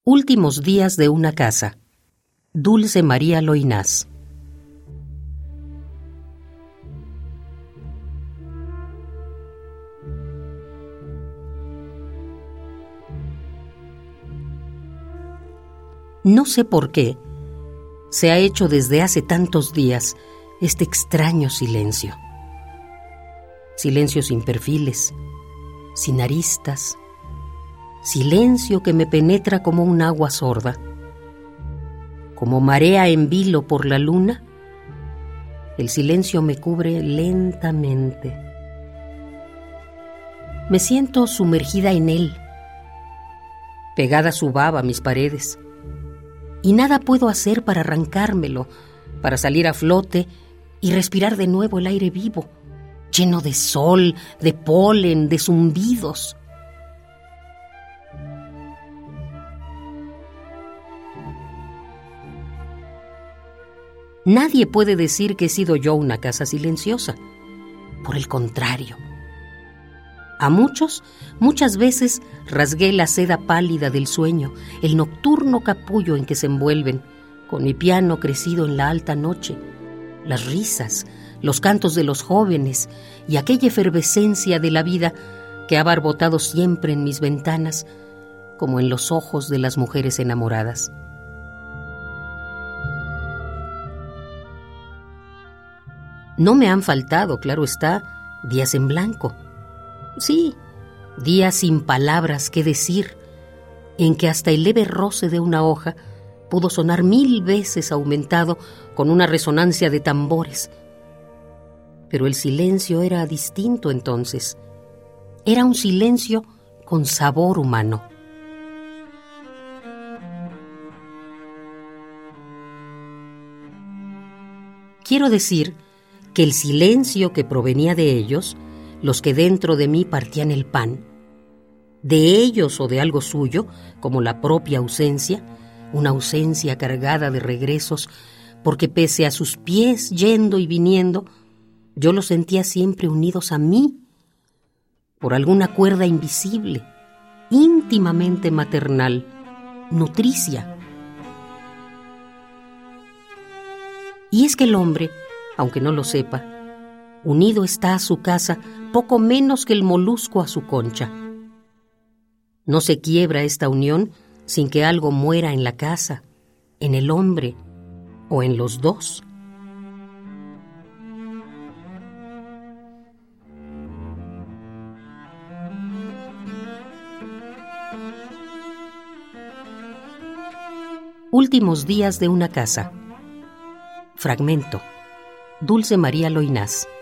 Últimos días de una casa. Dulce María Loinás. No sé por qué se ha hecho desde hace tantos días este extraño silencio. Silencio sin perfiles, sin aristas, silencio que me penetra como un agua sorda. Como marea en vilo por la luna, el silencio me cubre lentamente. Me siento sumergida en él, pegada su baba a mis paredes, y nada puedo hacer para arrancármelo, para salir a flote y respirar de nuevo el aire vivo, lleno de sol, de polen, de zumbidos. Nadie puede decir que he sido yo una casa silenciosa. Por el contrario. A muchas veces rasgué la seda pálida del sueño, el nocturno capullo en que se envuelven, con mi piano crecido en la alta noche, las risas, los cantos de los jóvenes y aquella efervescencia de la vida que ha barbotado siempre en mis ventanas, como en los ojos de las mujeres enamoradas. No me han faltado, claro está, días en blanco. Sí, días sin palabras que decir, en que hasta el leve roce de una hoja pudo sonar 1000 veces aumentado con una resonancia de tambores. Pero el silencio era distinto entonces. Era un silencio con sabor humano. Quiero decir que el silencio que provenía de ellos, los que dentro de mí partían el pan, de ellos o de algo suyo, como la propia ausencia, una ausencia cargada de regresos, porque pese a sus pies yendo y viniendo, yo los sentía siempre unidos a mí, por alguna cuerda invisible, íntimamente maternal, nutricia. Y es que el hombre, aunque no lo sepa, unido está a su casa poco menos que el molusco a su concha. No se quiebra esta unión sin que algo muera en la casa, en el hombre o en los dos. Últimos días de una casa. Fragmento. Dulce María Loinás.